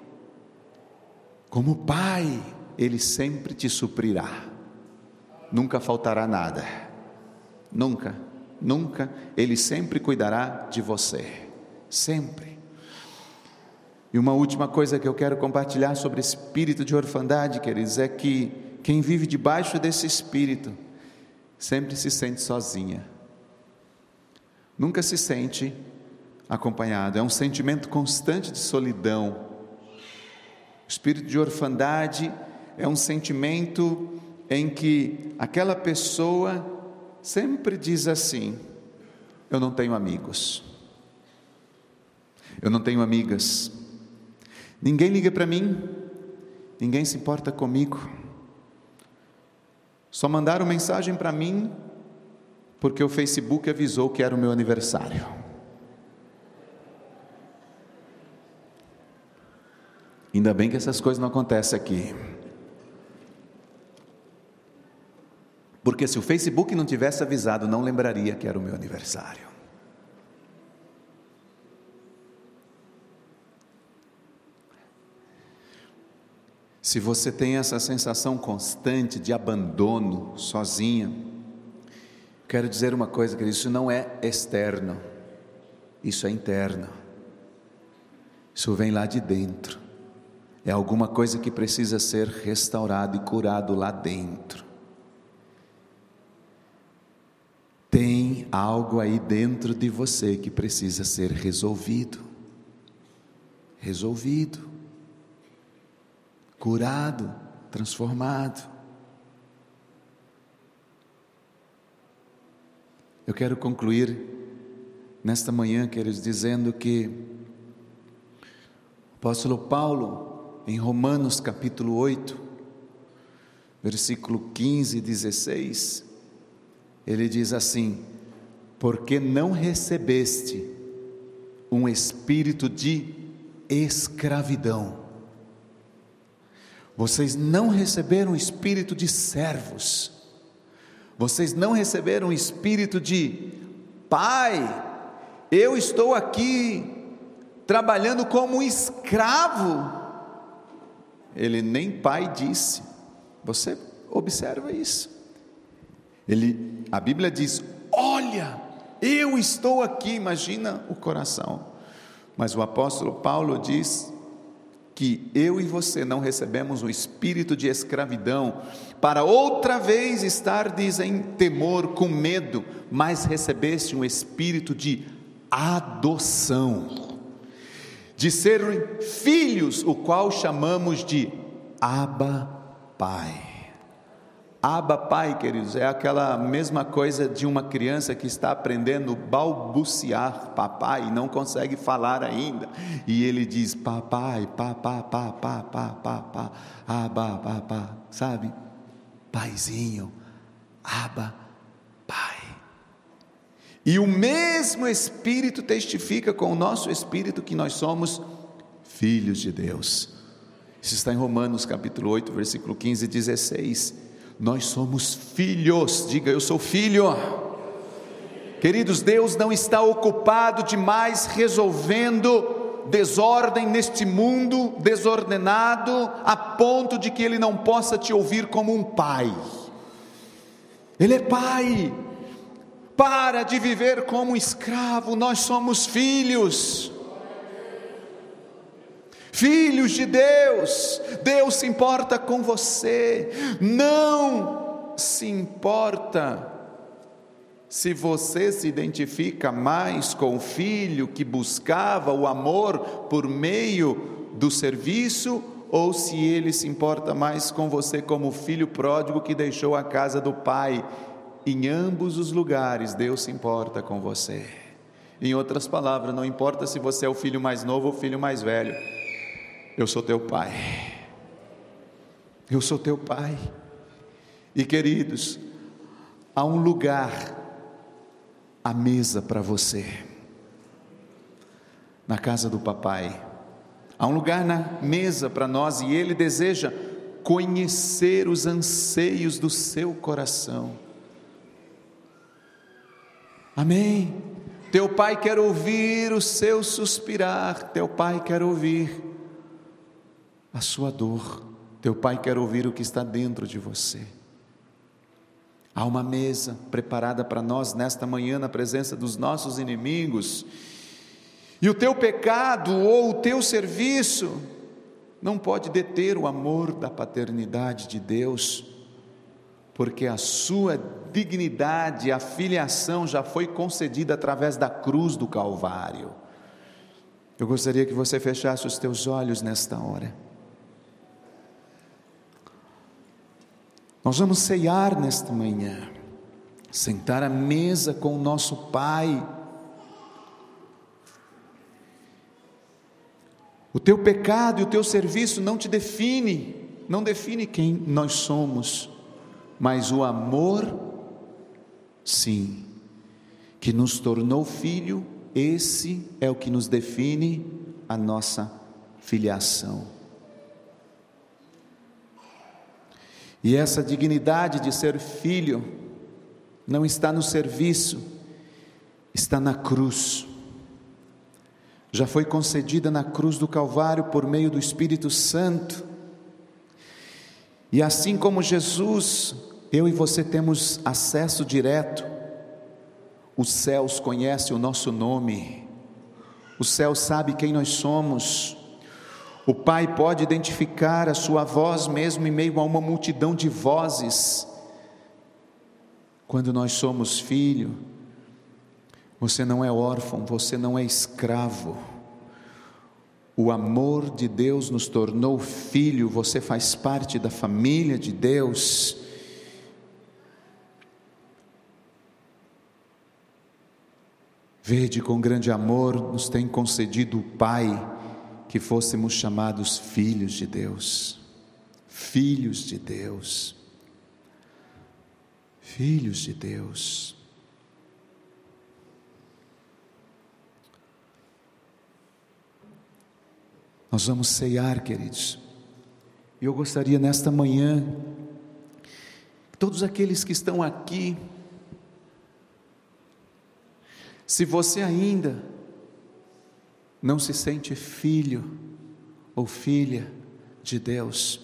como Pai, Ele sempre te suprirá, nunca faltará nada, nunca, nunca, Ele sempre cuidará de você, sempre. E uma última coisa que eu quero compartilhar sobre esse espírito de orfandade, queridos, é que quem vive debaixo desse espírito sempre se sente sozinha, nunca se sente acompanhado, é um sentimento constante de solidão. O espírito de orfandade é um sentimento em que aquela pessoa sempre diz assim: eu não tenho amigos, eu não tenho amigas, ninguém liga para mim, ninguém se importa comigo, só mandaram mensagem para mim porque o Facebook avisou que era o meu aniversário. Ainda bem que essas coisas não acontecem aqui, porque se o Facebook não tivesse avisado, não lembraria que era o meu aniversário. Se você tem essa sensação constante de abandono, sozinha, quero dizer uma coisa, que isso não é externo, isso é interno, isso vem lá de dentro, é alguma coisa que precisa ser restaurado e curado lá dentro. algo aí dentro de você que precisa ser resolvido, curado, transformado. Eu quero concluir nesta manhã, queridos, dizendo que o apóstolo Paulo, em Romanos capítulo 8, versículo 15 e 16, ele diz assim: porque não recebeste um espírito de escravidão. Vocês não receberam um espírito de servos. Vocês não receberam um espírito de pai, eu estou aqui trabalhando como um escravo. Ele nem pai disse. Você observa isso. A Bíblia diz: olha, eu estou aqui. Imagina o coração. Mas o apóstolo Paulo diz que eu e você não recebemos um espírito de escravidão para outra vez estar, em temor, com medo, mas recebeste um espírito de adoção, de ser filhos, o qual chamamos de Abba Pai. Abba Pai, queridos, é aquela mesma coisa de uma criança que está aprendendo balbuciar papai e não consegue falar ainda, e ele diz papai, papá, papá, papá, papá, Abba, papá, sabe? Paizinho, Abba Pai. E o mesmo Espírito testifica com o nosso espírito que nós somos filhos de Deus. Isso está em Romanos capítulo 8, versículo 15 e 16. Nós somos filhos, diga: eu sou filho. Queridos, Deus não está ocupado demais resolvendo desordem neste mundo desordenado, a ponto de que Ele não possa te ouvir como um pai. Ele é pai. Para de viver como um escravo, nós somos filhos. Filhos de Deus. Deus se importa com você. Não se importa se você se identifica mais com o filho que buscava o amor por meio do serviço, ou se ele se importa mais com você como filho pródigo que deixou a casa do pai. Em ambos os lugares Deus se importa com você. Em outras palavras, não importa se você é o filho mais novo ou o filho mais velho, eu sou teu pai. Eu sou teu pai. E queridos, há um lugar à mesa para você, na casa do papai. Há um lugar na mesa para nós, e Ele deseja conhecer os anseios do seu coração. Amém? Teu pai quer ouvir o seu suspirar, teu pai quer ouvir a sua dor, teu pai quer ouvir o que está dentro de você. Há uma mesa preparada para nós nesta manhã, na presença dos nossos inimigos, e o teu pecado ou o teu serviço não pode deter o amor da paternidade de Deus, porque a sua dignidade, a filiação já foi concedida através da cruz do Calvário. Eu gostaria que você fechasse os teus olhos nesta hora. Nós vamos ceiar nesta manhã, sentar à mesa com o nosso Pai. O teu pecado e o teu serviço não te define, não define quem nós somos, mas o amor, sim, que nos tornou filho, esse é o que nos define a nossa filiação. E essa dignidade de ser filho não está no serviço, está na cruz. Já foi concedida na cruz do Calvário por meio do Espírito Santo. E assim como Jesus, eu e você temos acesso direto. Os céus conhecem o nosso nome, o céu sabe quem nós somos. O Pai pode identificar a sua voz mesmo em meio a uma multidão de vozes. Quando nós somos filho, Você não é órfão, você não é escravo. O amor de Deus nos tornou filho, você faz parte da família de Deus. Vede com grande amor nos tem concedido o Pai, que fôssemos chamados filhos de Deus. Filhos de Deus. Filhos de Deus. Nós vamos ceiar, queridos. E eu gostaria nesta manhã, todos aqueles que estão aqui, se você ainda não se sente filho ou filha de Deus,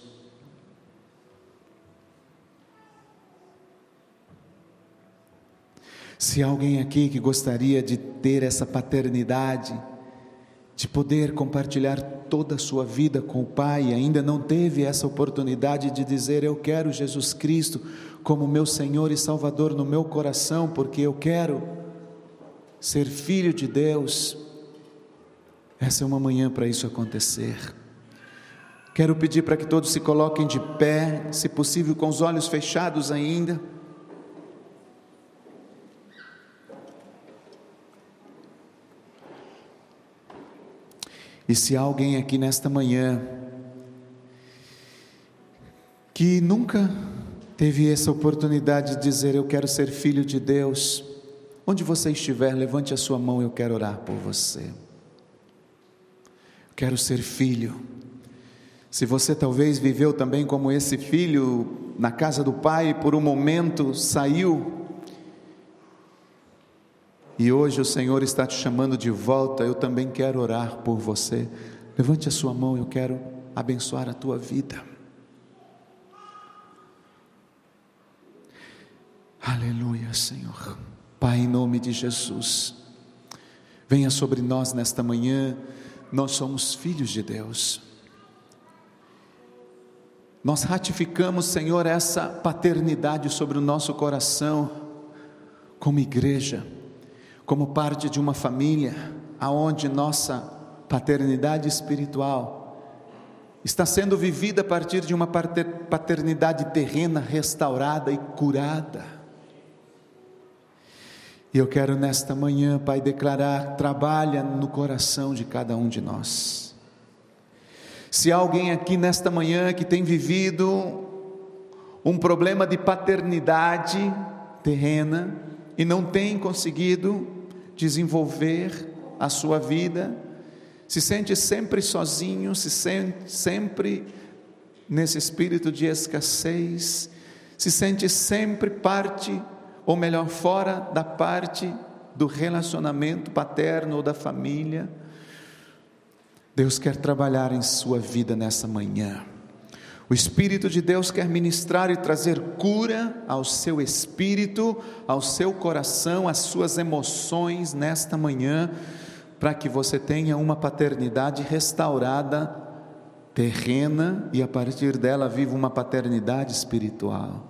se há alguém aqui que gostaria de ter essa paternidade, de poder compartilhar toda a sua vida com o Pai, e ainda não teve essa oportunidade de dizer: eu quero Jesus Cristo como meu Senhor e Salvador no meu coração, porque eu quero ser filho de Deus. Essa é uma manhã para isso acontecer. Quero pedir para que todos se coloquem de pé, se possível com os olhos fechados ainda. E se há alguém aqui nesta manhã que nunca teve essa oportunidade de dizer: eu quero ser filho de Deus, onde você estiver, levante a sua mão, eu quero orar por você. Quero ser filho. Se você talvez viveu também como esse filho na casa do pai, por um momento saiu, e hoje o Senhor está te chamando de volta, eu também quero orar por você. Levante a sua mão, eu quero abençoar a tua vida. Aleluia, Senhor. Pai, em nome de Jesus, venha sobre nós nesta manhã. Nós somos filhos de Deus. Nós ratificamos, Senhor, essa paternidade sobre o nosso coração, como igreja, como parte de uma família, aonde nossa paternidade espiritual está sendo vivida a partir de uma paternidade terrena, restaurada e curada. E eu quero nesta manhã, Pai, declarar: trabalha no coração de cada um de nós. Se há alguém aqui nesta manhã que tem vivido um problema de paternidade terrena e não tem conseguido desenvolver a sua vida, se sente sempre sozinho, se sente sempre nesse espírito de escassez, se sente sempre parte, ou melhor, fora da parte do relacionamento paterno ou da família, Deus quer trabalhar em sua vida nessa manhã. O Espírito de Deus quer ministrar e trazer cura ao seu espírito, ao seu coração, às suas emoções nesta manhã, para que você tenha uma paternidade restaurada, terrena, e a partir dela viva uma paternidade espiritual.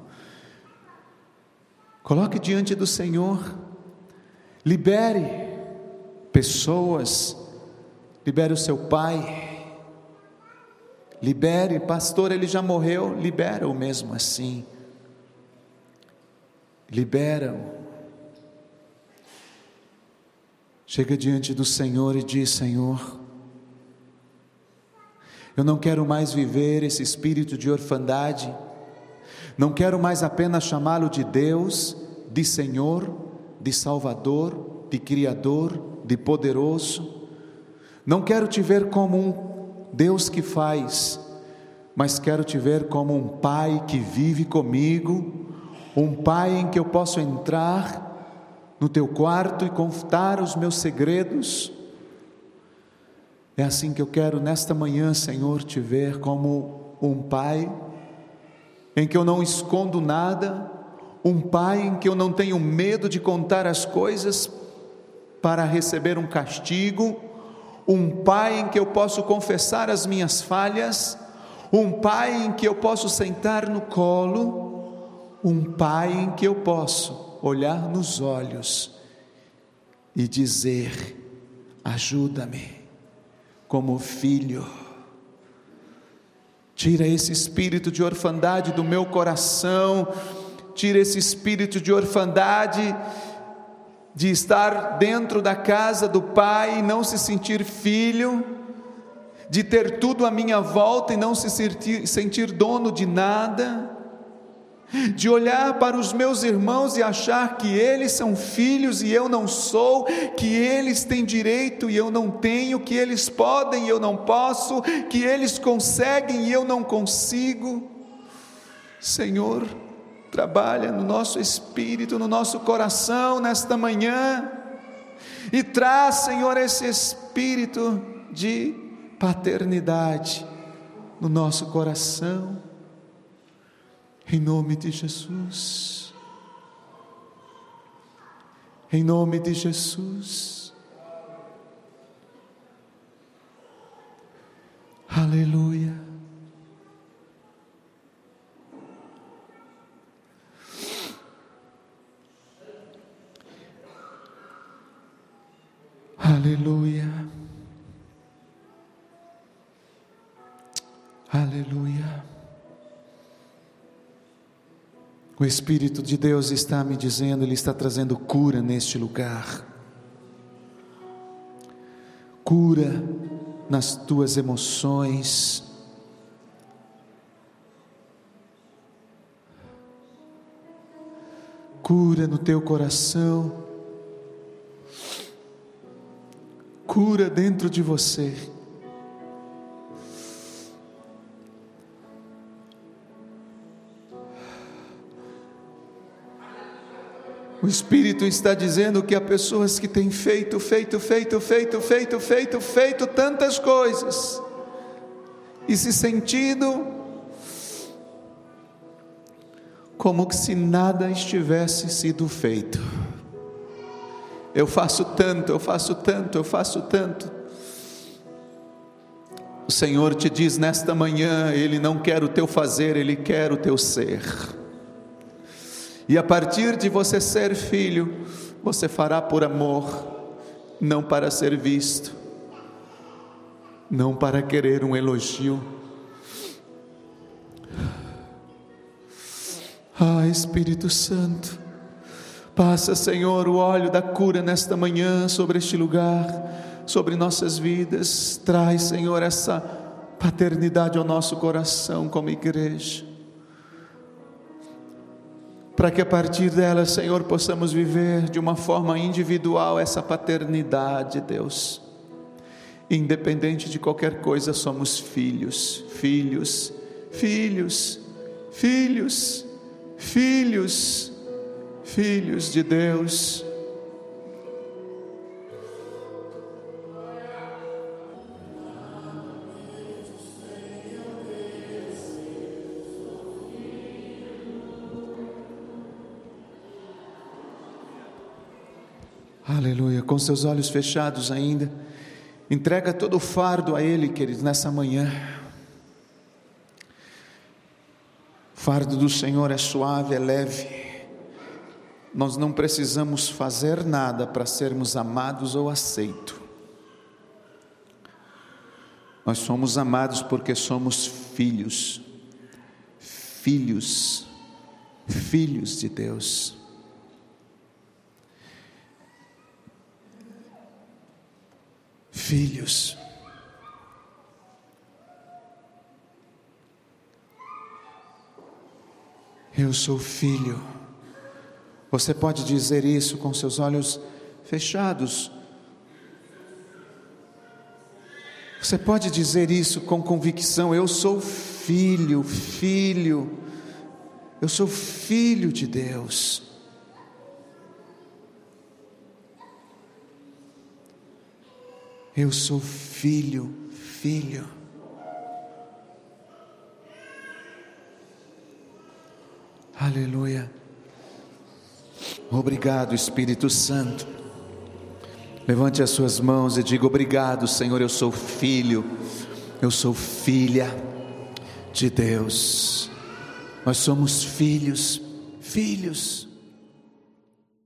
Coloque diante do Senhor, libere pessoas, libere o seu pai, libere, pastor, ele já morreu, libera-o mesmo assim, libera-o. Chega diante do Senhor e diz: Senhor, eu não quero mais viver esse espírito de orfandade, não quero mais apenas chamá-lo de Deus, de Senhor, de Salvador, de Criador, de Poderoso. Não quero te ver como um Deus que faz, mas quero te ver como um Pai que vive comigo, um Pai em que eu posso entrar no teu quarto e contar os meus segredos. É assim que eu quero nesta manhã, Senhor, te ver como um Pai em que eu não escondo nada, um Pai em que eu não tenho medo de contar as coisas para receber um castigo, um Pai em que eu posso confessar as minhas falhas, um Pai em que eu posso sentar no colo, um Pai em que eu posso olhar nos olhos e dizer: ajuda-me como filho. Tira esse espírito de orfandade do meu coração, tira esse espírito de orfandade, de estar dentro da casa do Pai e não se sentir filho, de ter tudo à minha volta e não se sentir dono de nada, de olhar para os meus irmãos e achar que eles são filhos e eu não sou, que eles têm direito e eu não tenho, que eles podem e eu não posso, que eles conseguem e eu não consigo. Senhor, trabalha no nosso espírito, no nosso coração nesta manhã, e traz, Senhor, esse espírito de paternidade no nosso coração, em nome de Jesus, em nome de Jesus. Aleluia. Aleluia. Aleluia. O Espírito de Deus está me dizendo, Ele está trazendo cura neste lugar. Cura nas tuas emoções. Cura no teu coração. Cura dentro de você. O Espírito está dizendo que há pessoas que têm feito tantas coisas e se sentido como se nada estivesse sido feito. Eu faço tanto. O Senhor te diz nesta manhã, Ele não quer o teu fazer, Ele quer o teu ser. E a partir de você ser filho, você fará por amor, não para ser visto, não para querer um elogio. Espírito Santo, passa, Senhor, o óleo da cura nesta manhã sobre este lugar, sobre nossas vidas. Traz, Senhor, essa paternidade ao nosso coração como igreja, para que a partir dela, Senhor, possamos viver de uma forma individual essa paternidade, Deus. Independente de qualquer coisa, somos filhos de Deus. Aleluia. Com seus olhos fechados ainda, entrega todo o fardo a Ele, queridos, nessa manhã. O fardo do Senhor é suave, é leve. Nós não precisamos fazer nada para sermos amados ou aceitos. Nós somos amados porque somos filhos de Deus. Filhos. Eu sou filho. Você pode dizer isso com seus olhos fechados. Você pode dizer isso com convicção. Eu sou filho. Eu sou filho de Deus. Eu sou filho. Aleluia. Obrigado, Espírito Santo. Levante as suas mãos e diga: obrigado, Senhor, eu sou filho, eu sou filha de Deus. Nós somos filhos.